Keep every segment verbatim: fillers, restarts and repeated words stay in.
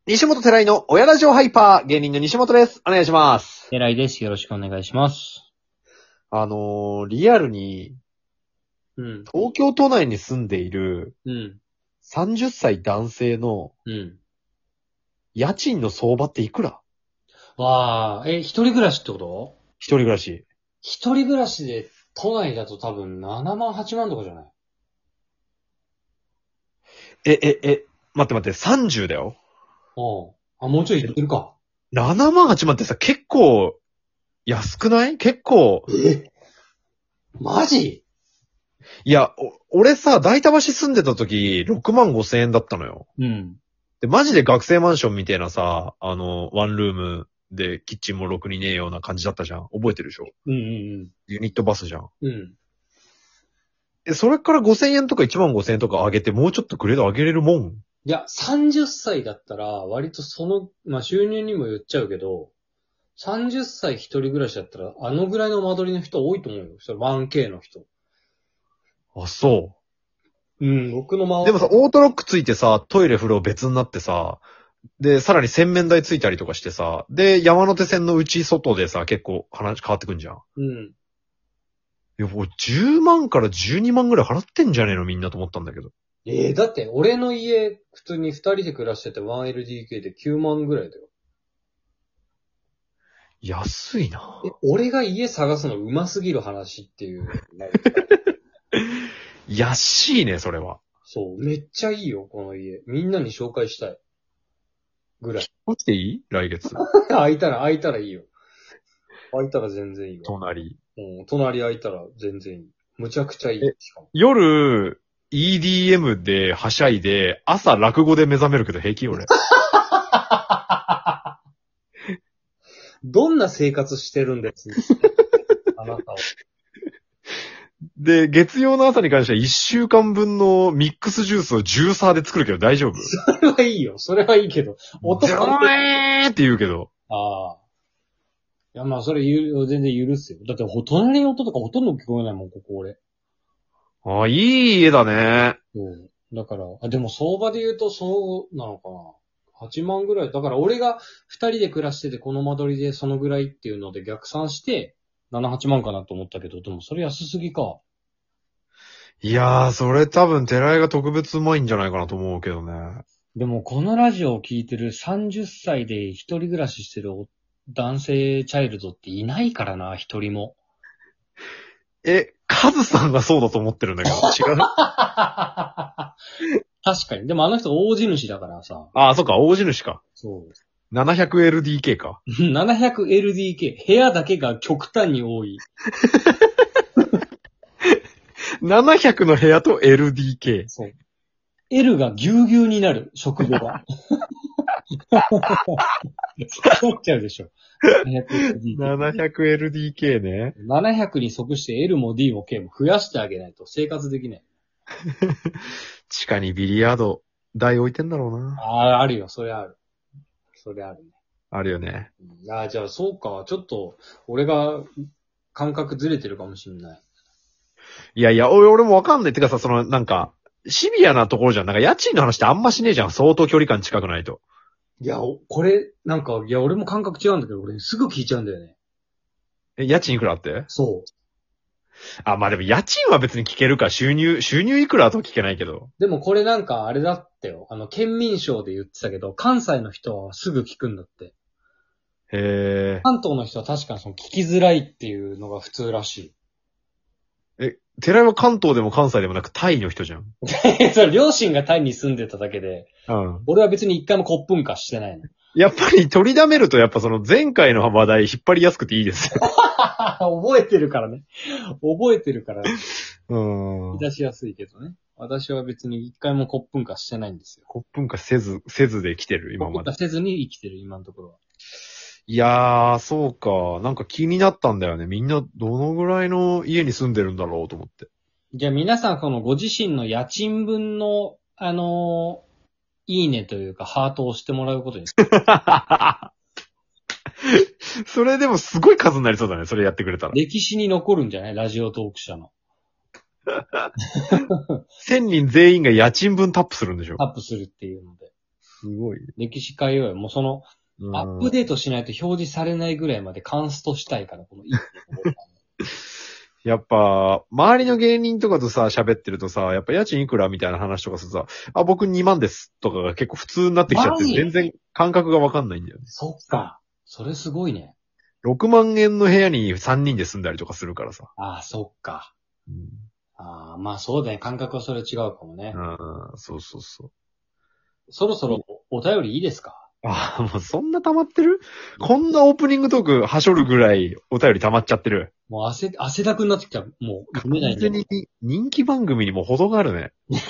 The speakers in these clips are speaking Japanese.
西本寺井の親ラジオハイパー、芸人の西本です。お願いします。 寺井です。よろしくお願いします。 あのー、リアルに、 うん。 東京都内に住んでいるうん。 さんじゅっさい男性のうん。 家賃の相場っていくら？ わあ、え、一人暮らしってこと？ 一人暮らし。 一人暮らしで都内だと多分ななまんはちまんとかじゃない？ え、え、え、待って待って、さんじゅうだよ。 うん。あ、もうちょいいってるか。 ななまんはちまんってさ、結構、安くない？結構。 え、マジ？ いや、お俺さ、大田橋住んでた時、ろくまんごせん円だったのよ。 うん。 で、マジで学生マンションみたいなさ、あの、ワンルームでキッチンもろくにねえような感じだったじゃん。覚えてるでしょ？ うんうんユニットバスじゃん。 うん。うん。 え、それからごせんえんとかいちまんごせん円とか上げて、もうちょっとグレード上げれるもん？ いや、さんじゅっさいだったら、割とその、まあ、収入にもよっちゃうけど、さんじゅっさい一人暮らしだったら、あのぐらいの間取りの人多いと思うよ。それ ワンケー の人。 あ、そうん、僕のう。 周り。 でもさ、オートロックついてさ、トイレ風呂別になってさ、で、さらに洗面台ついたりとかしてさ、で、山手線の内外でさ、結構話変わってくんじゃん。 うん。 いや、もうじゅうまんからじゅうにまんぐらい払ってんじゃねえのみんなと思ったんだけど。 ええだって、俺の家、普通に二人で暮らしてて ワンエルディーケー できゅうまんぐらいだよ。 安いな。 え、俺が家探すの上手すぎる話っていう。 安いね、それは。 そう、めっちゃいいよ、この家。みんなに紹介したい。ぐらい。 来ていい？来月。 空いたら、空いたらいいよ。空いたら全然いいわ。 隣。 うん、隣空いたら全然いい。むちゃくちゃいい。 え、 しかも。 夜、イーディーエム ではしゃいで、朝落語で目覚めるけど平気俺。 どんな生活してるんですあなたは。 で、月曜の朝に関してはいっしゅうかんぶんのミックスジュースをジューサーで作るけど大丈夫？ それはいいよ。それはいいけど。音ジョ関係ない。 ーって言うけど。 ああ。いや、まあ、それ言う、全然許すよ。だって、ほ、隣の音とかほとんど聞こえないもん、ここ俺。 ああ、いい家だね。 そう。だから、あ、でも相場で言うとそうなのかな。はちまんぐらい。だから俺が二人で暮らしててこの間取りでそのぐらいっていうので逆算して、なな、はちまんかなと思ったけど、でもそれ安すぎか。 いやー、それ多分寺井が特別うまいんじゃないかなと思うけどね。 でもこのラジオを聞いてるさんじゅっさいで一人暮らししてる男性チャイルドっていないからな、一人も。 え、カズさんがそうだと思ってるんだけど、違う？ 確かに。でもあの人大地主だからさ。 ああ、そっか、大地主か。 そう。 ななひゃくエルディーケー か。 ななひゃくエルディーケー。部屋だけが極端に多い。 ななひゃくの部屋と エルディーケー。 そう。L がぎゅうぎゅうになる、食後が。そうなっちゃうでしょ。 ななひゃくエルディーケー ね。 ななひゃくに即して L も D も K も増やしてあげないと生活できない。 地下にビリヤード台置いてんだろうな。 ああ、あるよ。それある。それあるね。 あるよね。 うん、ああ、じゃあそうか。ちょっと、俺が感覚ずれてるかもしれない。 いやいや、俺俺もわかんない。てかさ、その、なんか、シビアなところじゃん。なんか家賃の話ってあんましねえじゃん。相当距離感近くないと。 いや、おこれ、なんか、いや、俺も感覚違うんだけど、俺すぐ聞いちゃうんだよね。 え、家賃いくらあって？ そう。 あ、まあでも家賃は別に聞けるか。収入、収入いくらとは聞けないけど。 でもこれなんかあれだってよ。あの、県民賞で言ってたけど、関西の人はすぐ聞くんだって。 へ関東の人は確かにその聞きづらいっていうのが普通らしえ。え、寺井は関東でも関西でもなくタイの人じゃん。 い。それ両親がタイに住んでただけで、 うん。 俺は別に一回もコップン化してないの。 やっぱり取りだめるとやっぱその前回の話題引っ張りやすくていいですよ。 覚えてるからね。覚えてるから、 うん。 出しやすいけどね。私は別に一回もコップン化してないんですよ。 コップン化せず、せずで来てる、今まで。 コップン化せずに生きてる、今のところは。 いやー、そうか。なんか気になったんだよね。みんなどのぐらいの家に住んでるんだろうと思って。 じゃあ皆さん、このご自身の家賃分の、あのーいいねというか、ハートを押してもらうことに。 それでもすごい数になりそうだね。それやってくれたら。 歴史に残るんじゃない？ラジオトーク社の。 せんにん全員が家賃分タップするんでしょ？ タップするっていうので。 すごい。 歴史変えようよ。もうその、 うんアップデートしないと表示されないぐらいまでカンストしたいから、このいいねのボタンやっぱ、周りの芸人とかとさ、喋ってるとさ、やっぱ家賃いくらみたいな話とかさ、あ、僕にまんですとかが結構普通になってきちゃって、 マジ全然感覚がわかんないんだよね。 そっか。それすごいね。 ろくまん円の部屋にさんにんで住んだりとかするからさ。 ああ、そっか。 うん。 ああ、まあそうだね。感覚はそれ違うかもね。 ああ、そうそうそう。 そろそろお便りいいですか？ ああ、もうそんな溜まってる？こんなオープニングトークはしょるぐらいお便り溜まっちゃってる。 もう汗、汗だくになってきた。もう、読めない完んで。 全に人気番組にも程があるね。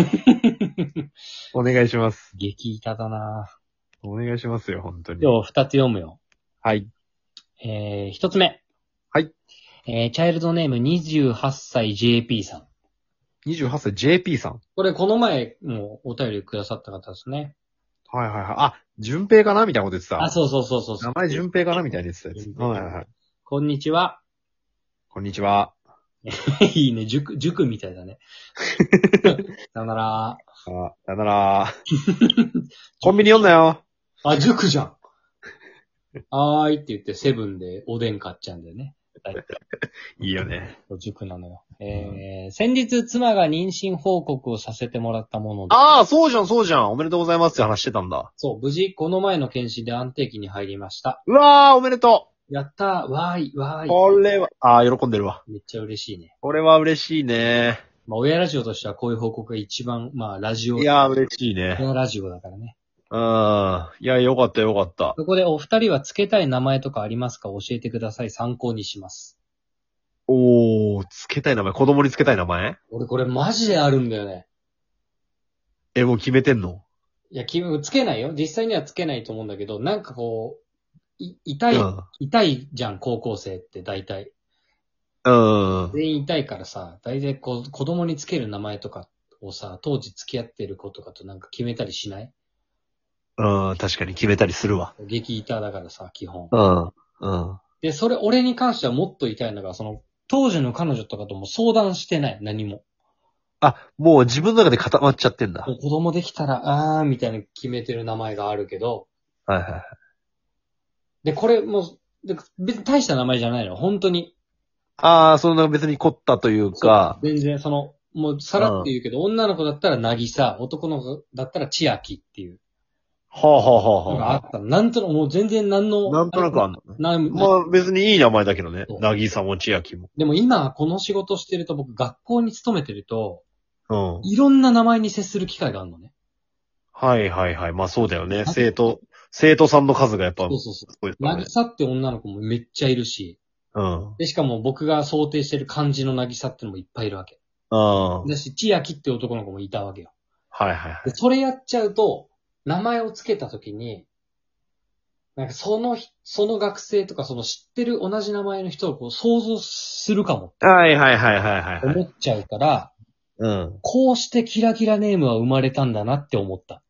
お願いします。 激痛だな。 お願いしますよ、本当に。 今日二つ読むよ。 はい。 えー、一つ目。 はい。 えー、チャイルドネームにじゅうはっさい ジェーピー さん。 にじゅうはっさい ジェーピー さん。 これこの前もお便りくださった方ですね。 はいはいはい。あ、順平かなみたいなこと言ってた。 あ、そうそうそうそう。 名前順平かなみたいな言ってたやつ。 順平はいはいはい。 こんにちは。 こんにちは。 いいね。塾、塾みたいだね。さよなら。 あ、さよなら。コンビニ読んだよ。 あ、塾じゃん。はーいって言ってセブンでおでん買っちゃうんだよね。 いいよね。 塾なのよ。えー、先日妻が妊娠報告をさせてもらったもので。 ああ、そうじゃんそうじゃん。おめでとうございますって話してたんだ。 そう、無事この前の検診で安定期に入りました。 うわー、おめでとやったー、わーい、わーう。 い。 これは、ああ、喜んでるわ。 めっちゃ嬉しいね。 これは嬉しいね。 まあ、親ラジオとしてはこういう報告が一番、まあ、ラジオ。 いやー、嬉しいね。 親ラジオだからね。 うん。いや、よかったよかった。 そこでお二人は付けたい名前とかありますか？教えてください。参考にします。 おー、つけたい名前。子供につけたい名前？ 俺これマジであるんだよね。 え、もう決めてんの？ いや、きつけないよ。実際にはつけないと思うんだけど、なんかこう、い、痛い、 うん。 痛いじゃん、高校生って大体。 うん。 全員痛いからさ、大体こう、子供につける名前とかをさ、当時付き合ってる子とかとなんか決めたりしない？ うん、確かに決めたりするわ。 激痛だからさ、基本。 うん。うん。 で、それ、俺に関してはもっと痛いのが、その、当時の彼女とかとも相談してない、何も。 あ、もう自分の中で固まっちゃってんだ。 子供できたら、あー、みたいな決めてる名前があるけど、 はいはいはい。 で、これもう、で別に大した名前じゃないの。本当に。 ああ、そんな別に凝ったというか、 全然、その、もうさらって言うけど、女の子だったらなぎさ、男の子だったら千秋っていうはあはあはあのがあはったの。なんとなく、もう全然何の、 あ。なんとなくあんのね。 なまあ別にいい名前だけどねそ。うなぎさも千秋も。 でも今、この仕事してると、僕、学校に勤めてると、 うん。 いろんな名前に接する機会があるのね。 はいはいはい。まあそうだよね。生徒、生徒さんの数がやっぱ、 そうそうそう。 すごいからねなぎ。さって女の子もめっちゃいるし、 うん。 で、しかも僕が想定してる漢字のなぎさってのもいっぱいいるわけ。 うん。 だし、千秋って男の子もいたわけよ。 はいはいはい。 で、それやっちゃうと、名前をつけたときに、なんかそのひ、その学生とかその知ってる同じ名前の人をこう想像するかもはいはいはいはいはいはい。 思っちゃうから、 うん。 こうしてキラキラネームは生まれたんだなって思った。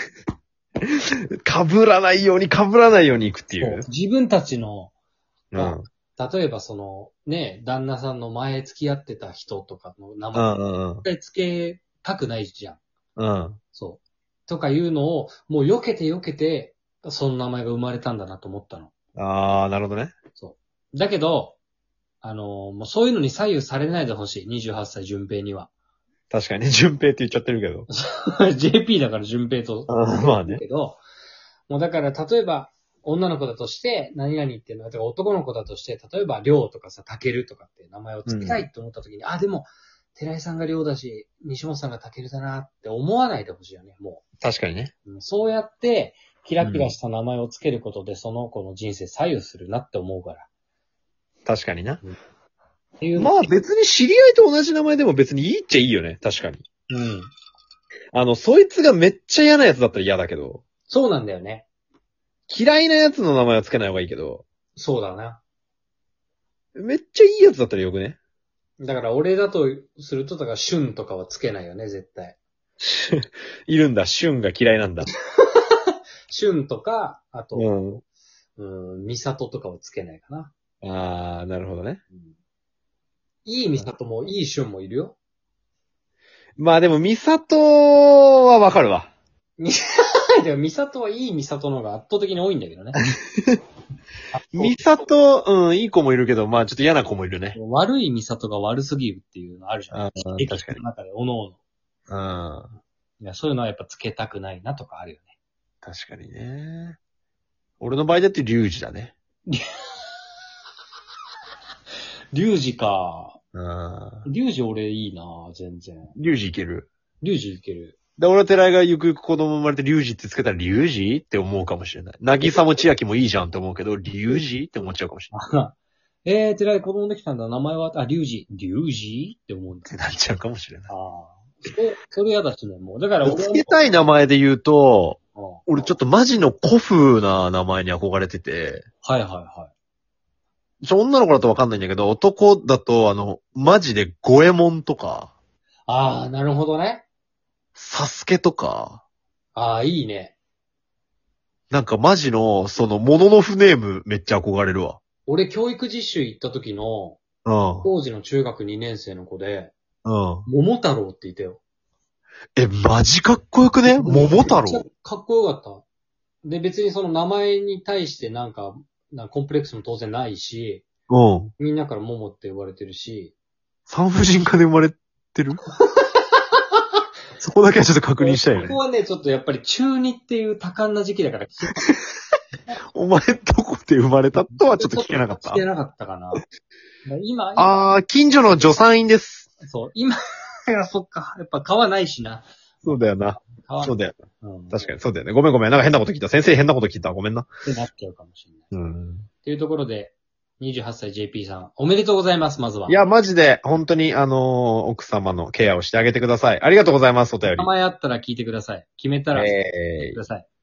被らないように被らないようにいくっていそうう。 自分たちの、 うん。 例えばその、ね、旦那さんの前付き合ってた人とかの名う前、 んうんうん。 絶対付けたくないじゃん。 うん。 そう。とかいうのを、もう避けて避けて、その名前が生まれたんだなと思ったの。 ああ、なるほどね。 そう。だけど、あのーもうそういうのに左右されないでほしい。にじゅうはっさい順平には。 確かにね、順平って言っちゃってるけど。 ジェーピー だから順平と。 あまあねけど、もうだから例えば、女の子だとして、何々っていうのは、だから男の子だとして、例えば、りょうとかさ、たけるとかって名前を付けたいって思った時に、あ、でも、寺井さんがりょうだし、西本さんがたけるだなって思わないでほしいよね、も確かにね。 う。うんそうやって、キラキラした名前を付けることで、その子の人生左右するなって思うから。 確かにな。 っていう。 まあ別に知り合いと同じ名前でも別にいいっちゃいいよね。確かに。 うん。 あの、そいつがめっちゃ嫌なやつだったら嫌だけど、 そうなんだよね。 嫌いなやつの名前はつけない方がいいけど、 そうだな。 めっちゃいいやつだったらよくね。 だから俺だとすると、だから、旬とかはつけないよね、絶対。 いるんだ。旬が嫌いなんだ。 旬とか、あと、 うん。 うん、ミサトとかはつけないかな。 あー、なるほどね。 うん、いいミサトもいい旬もいるよ。 まあでも、ミサトはわかるわ。 でも、ミサトはいいミサトの方が圧倒的に多いんだけどね。 ミサト、うん、いい子もいるけど、まあちょっと嫌な子もいるね。 悪いミサトが悪すぎるっていうのあるじゃん。 あー駅確かに。 の中で、おのおの。 うん。 いや、そういうのはやっぱつけたくないなとかあるよね。 確かにね。俺の場合だってリュウジだね。 リュウジか。 うん。 リュウジ俺いいな全然。 リュウジいける。 リュウジいける。 で、俺は寺井がゆくゆく子供生まれてリュウジってつけたらリュウジって思うかもしれない。なぎさも千秋もいいじゃんって思うけど、リュウジって思っちゃうかもしれない。 えー、てらい子供できたんだ。名前は、あ、リュウジ。リュウジって思うんだって。なっちゃうかもしれない。 ああ。それ、それ嫌だしね、もう。だから俺はつけたい名前で言うと、 うん俺ちょっとマジの古風な名前に憧れてて、 はいはいはい。 ちょ女の子だとわかんないんだけど、男だとあの、マジでゴエモンとか、 ああ、なるほどね。 サスケとか、 ああ、いいね。 なんかマジの、その、モノノフネームめっちゃ憧れるわ。 俺、教育実習行った時の、 うん。 当時の中学にねん生の子で、 うん。 桃太郎って言ったよ。 え、マジかっこよくね桃太めっちゃ郎。 かっこよかった。で、別にその名前に対してなんか、なんかコンプレックスも当然ないし、 うん。 みんなから桃って呼ばれてるし、 産婦人科で生まれてるそこだけはちょっと確認したいよね。 ここはね、ちょっとやっぱり中二っていう多感な時期だから聞けお前どこで生まれたとはちょっと聞けなかった聞。けなかったかな。今、今あー、近所の助産院です。 そう、今、そっか、やっぱ川ないしな。 そうだよな。 川そうだよ。 うん。 確かに、そうだよね。ごめんごめん。なんか変なこと聞いた。先生変なこと聞いた。ごめんな。 ってなっちゃうかもしれない。 うん。 っていうところで、にじゅうはっさい ジェーピー さん、おめでとうございます、まずは。 いや、マジで、本当に、あのー奥様のケアをしてあげてください。ありがとうございます、お便り名。前あったら聞いてください。決めたら、聞いてえーください。